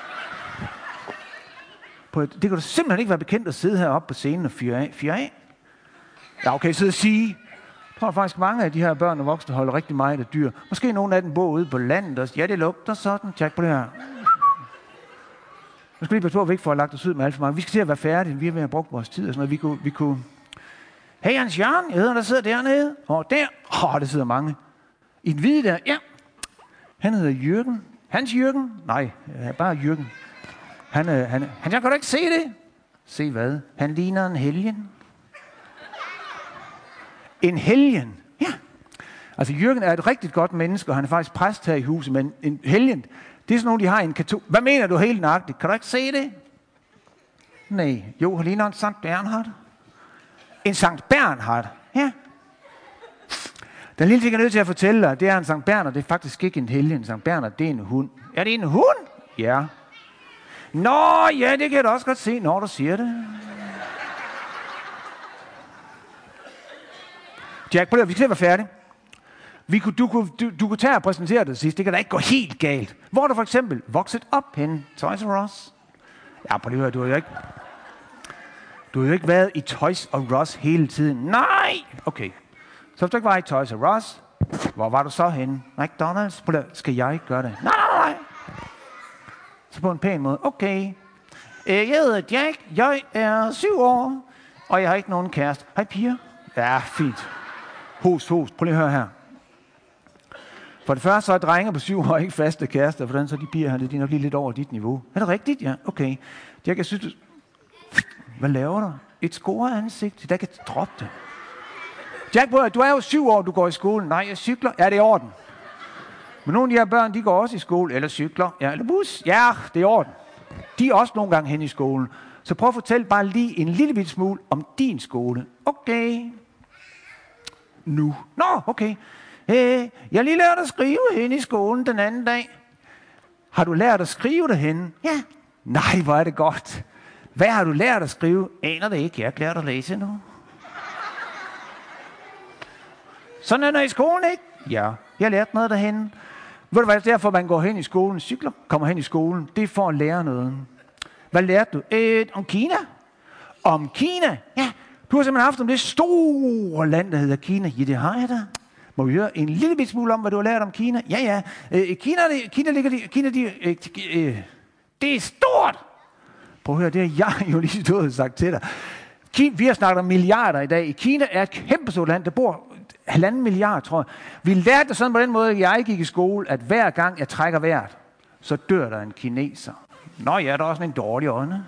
Det kan du simpelthen ikke være bekendt at sidde heroppe på scenen og fyre af. Fyre af? Ja, okay, sidde og sige. Jeg tror faktisk, mange af de her børn og voksne holder rigtig meget af dyr. Måske nogle af dem bor ude på landet og ja, det lugter sådan. Tjek på det her. Nu skal lige passe på, at vi ikke får lagt os ud med alt for meget. Vi skal til at være færdige. Vi er ved at bruge vores tid og sådan noget. Vi kunne... Vi kunne... Hey, Hans Jørgen, jeg hedder, der sidder dernede. Og der. Åh, oh, der sidder mange. I den hvide der. Ja. Han hedder Jørgen. Hans Jørgen? Nej, bare Jørgen. Han, øh, han, han, jeg kan da ikke se det. Se hvad? Han ligner en helgen. En helgen? Ja. Altså, Jørgen er et rigtig godt menneske, og han er faktisk præst her i huset, men en helgen, det er sådan nogle, de har en katol... Hvad mener du helt nøjagtigt? Kan du ikke se det? Nej. Jo, han ligner en Sankt Bernhard. En Sankt Bernhard? Ja. Den lille ting, jeg er nødt til at fortælle dig, det er en Sankt Bernhard, det er faktisk ikke en helgen. En Sankt Bernhard, det er en hund. Er det en hund? Ja. Nå, ja, det kan jeg da også godt se, når du siger det. Jack, prøv at vi skal være færdige. Vi kunne, du, kunne, du, du kunne tage og præsentere det sidst. Det kan da ikke gå helt galt. Hvor er du for eksempel vokset op henne? Toys R Us? Ja, prøv lige at høre, du har jo ikke... Du har jo ikke været i Toys R Us hele tiden. Nej! Okay. Så hvis du ikke var i Toys R Us, hvor var du så henne? McDonald's? Prøv at, skal jeg ikke gøre det? Nej, nej, nej. Så på en pæn måde. Okay. Jeg hedder Jack. Jeg er syv år. Og jeg har ikke nogen kæreste. Hej, piger. Ja, fint. Host, host. Prøv lige at høre her. For det første så er drenge på syv år ikke faste kærester, for den så de piger her, de er nok lige lidt over dit niveau. Er det rigtigt? Ja, okay. Jack, jeg synes, du... Hvad laver du? Et scoreansigt? Der kan droppe det. Jack, du er jo syv år, du går i skole. Nej, jeg cykler. Ja, det er i orden. Men nogle af de her børn, de går også i skole, eller cykler, ja, eller bus. Ja, det er i orden. De er også nogle gange hen i skolen. Så prøv at fortælle bare lige en lille bit smule om din skole. Okay. Nu. Nå, okay. Hey, jeg har lige lært at skrive hen i skolen den anden dag. Har du lært at skrive derhenne? Ja. Nej, hvor er det godt. Hvad har du lært at skrive? Aner det ikke. Jeg har lært at læse nu. Sådan er det i skolen, ikke? Ja, jeg har lært noget derhen. Ved du hvad, derfor man går hen i skolen, cykler, kommer hen i skolen. Det er for at lære noget. Hvad lærte du? Øh, om Kina. Om Kina? Ja, du har simpelthen haft om det store land, der hedder Kina. Ja, det har jeg da. Må vi høre en lille bit smule om, hvad du har lært om Kina? Ja, ja. Øh, Kina, det, Kina ligger... Det, Kina, det, øh, øh, det er stort! Prøv at høre, det har jeg jo lige stået og sagt til dig. Kina, vi har snakket om milliarder i dag. I Kina er et kæmpe stort land, der bor halvanden milliard, tror jeg. Vi lærte det sådan på den måde, at jeg gik i skole, at hver gang jeg trækker vejret, så dør der en kineser. Nå ja, der er også en dårlig ånde.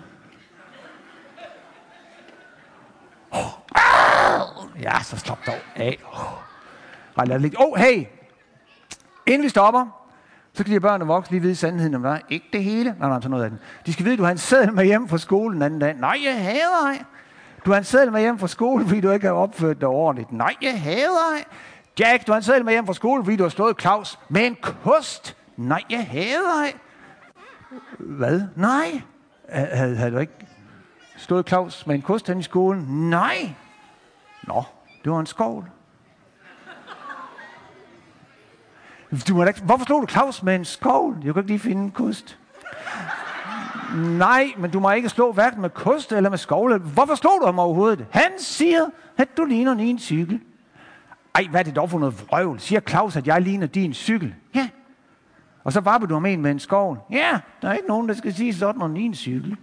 Oh. Ja, så slap dog af. Åh, oh. oh, hey! Inden vi stopper, så skal de børn og voksne lige vide sandheden om dig. Ikke det hele. Nej, nej, sådan noget af den. De skal vide, at du har en seddel med hjem fra skolen den anden dag. Nej, jeg hader dig. Du har en seddel med hjem fra skolen, fordi du ikke har opført dig ordentligt. Nej, jeg hader dig. Jack, du har en seddel med hjem fra skolen, fordi du har slået Claus med en kost. Nej, jeg hader dig. Hvad? Nej. Havde, havde du ikke slået Claus med en kost hen i skolen? Nej. Nå, det var en skovl. Du må da ikke... Hvorfor slog du Claus med en skovl? Jeg kan ikke lige finde en kost. Nej, men du må ikke slå hverken med kost eller med skovle. Hvorfor slog du ham overhovedet? Han siger, at du ligner en cykel. Ej, hvad er det dog for noget vrøvl? Siger Claus, at jeg ligner din cykel? Ja. Og så vapper du ham en med en skovl? Ja, der er ikke nogen, der skal sige sådan om en cykel.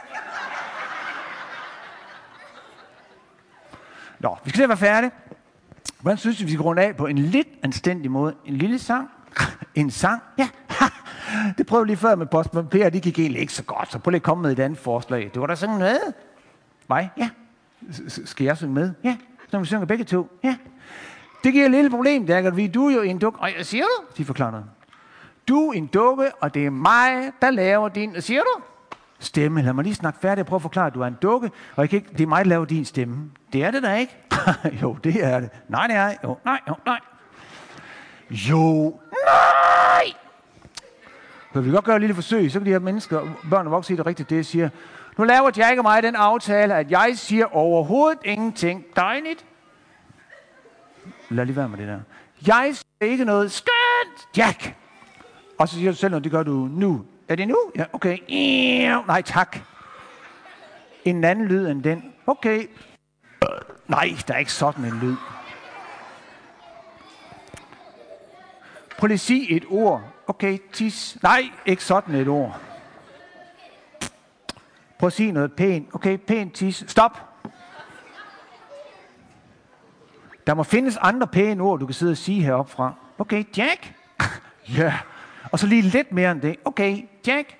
Nå, vi skal til at være færdige. Hvordan synes du, vi skal runde af på en lidt anstændig måde? En lille sang? En sang? Ja. Det prøvede lige før med Postman Per, de gik egentlig ikke så godt, så prøv lige at komme med et andet forslag. Det var der sådan med. Mig? Ja. Skal jeg synge med? Ja. Så vi synger begge to? Ja. Det giver et lille problem, der kan vi. Du er jo en dukke. Og jeg siger du? De forklarer noget. Du er en dukke, og det er mig, der laver din... Siger du? Stemme. Lad mig lige snakke færdig og prøve at forklare, at du er en dukke, og jeg kan ikke... det er mig, der laver din stemme. Det er det da ikke? Jo, det er det. Nej, det er det. Jo, nej, jo, nej. Jo, nej! Så vi kan godt gøre et lille forsøg, så kan de her mennesker, børn og voksne, sige det rigtigt, det jeg siger. Nu laver Jack og mig den aftale, at jeg siger overhovedet ingenting. Dejligt. Lad lige være med det der. Jeg siger ikke noget. Skønt, Jack! Og så siger du selv noget, det gør du nu. Er det nu? Ja, okay. Nej, tak. En anden lyd end den. Okay. Nej, der er ikke sådan en lyd. Prøv lige at sige et ord. Okay, tis. Nej, ikke sådan et ord. Prøv at sige noget pænt. Okay, pænt tis. Stop. Der må findes andre pæne ord, du kan sidde og sige heroppe fra. Okay, Jack. Ja. Yeah. Og så lige lidt mere end det. Okay, Jack.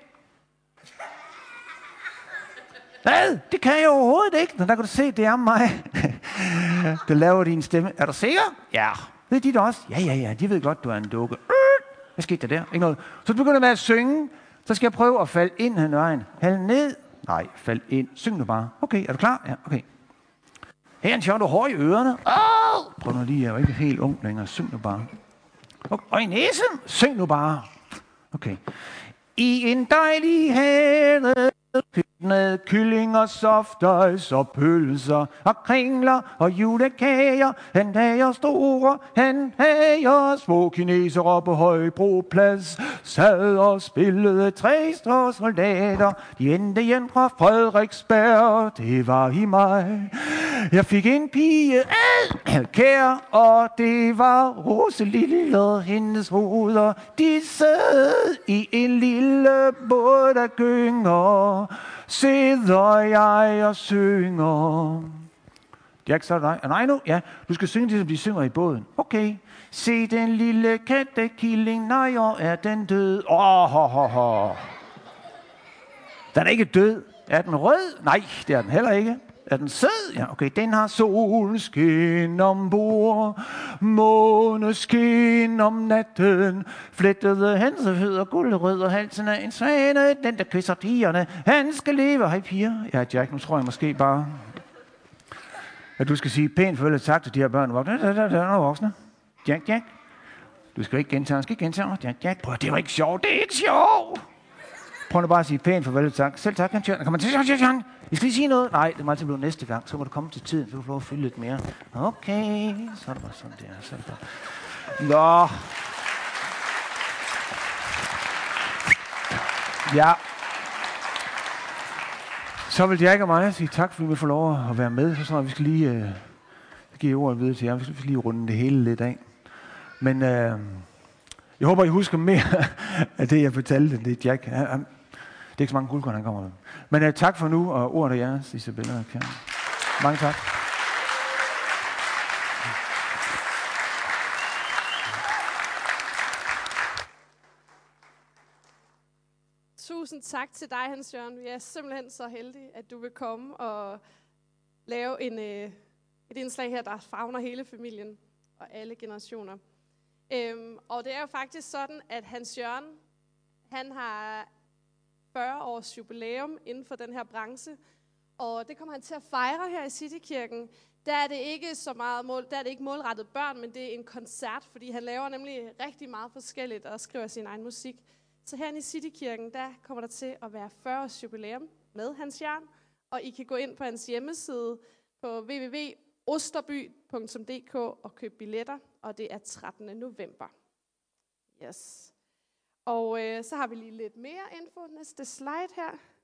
Hvad? Det kan jeg overhovedet ikke. Der kan du se, det er mig. Der laver din stemme. Er du sikker? Ja. Ved de det også? Ja, ja, ja. De ved godt, du er en dukke. Hvad skete der der? Ikke noget. Så begynder du med at synge. Så skal jeg prøve at falde ind hen vejen. Hald ned. Nej, fald ind. Syng nu bare. Okay, er du klar? Ja, okay. Her en sjov, du hår i ørerne. Oh! Prøv nu lige, jeg er jo ikke helt ung længere. Syng nu bare. Okay. Og i næsen. Syng nu bare. Okay. I en dejlig have, med kyllinger, softice og pølser og kringler og julekager. Han hager store, han hager små kinesere på Højbroplads. Sad og spillede tre strå soldater. De endte hjem fra Frederiksberg, det var i mig. Jeg fik en pige, kær, og det var Roselille og hendes hoveder. De sad i en lille båd, der gynger. Sidder jeg og synger. Jack, så er det dig. Nej nu? Ja, du skal synge det, som de synger i båden. Okay. Se den lille kattekilling, nej, og er den død? Åh, oh, ho, ho. Den er ikke død. Er den rød? Nej, det er den heller ikke. Er den sød? Ja, okay. Den har solskin ombord, måneskin om natten, flettede hansefødder, guldrød og halsen af en svane, den der kysser pigerne, han skal leve. Hej piger. Ja, Jack, nu tror jeg måske bare, at du skal sige pænt følge tak til de her børn og voksne. Der er voksne. Jack, Jack. Du skal ikke gentage, du skal ikke gentage. Jack, Jack. Prøv, det var ikke sjovt. Det er ikke sjovt. Prøv nu bare at sige pænt farvel og tak. Selv tak, Hans Jørgen. Kommer til, Hans Jørgen. I skal lige sige noget. Nej, det må altid blive næste gang. Så må du komme til tiden, så du får lov at fylde lidt mere. Okay, så er det bare sådan der. Så er det bare. Nå. Ja. Så vil Jack og mig sige tak, fordi vi får lov at være med. Så tror jeg, vi skal lige øh, give ordet videre til jer. Vi skal lige runde det hele lidt af. Men øh, jeg håber, I husker mere af det, jeg fortalte. Det er Jack. Han, han, det er ikke så mange guldkorn, han kommer med. Men øh, tak for nu, og ordet er jeres, Isabella og Karen. Mange tak. Tusind tak til dig, Hans Jørgen. Vi er simpelthen så heldige, at du vil komme og lave en, øh, et indslag her, der favner hele familien og alle generationer. Øhm, og det er jo faktisk sådan, at Hans Jørgen, han har fyrre års jubilæum inden for den her branche, og det kommer han til at fejre her i Citykirken. Der er det ikke så meget mål, der er det ikke målrettet børn, men det er en koncert, fordi han laver nemlig rigtig meget forskelligt og skriver sin egen musik. Så herinde i Citykirken, der kommer der til at være fyrre års jubilæum med Hans Jørgen, og I kan gå ind på hans hjemmeside på w w w punktum osterby punktum d k og købe billetter, og det er trettende november. Yes. Og øh, så har vi lige lidt mere info. Næste slide her.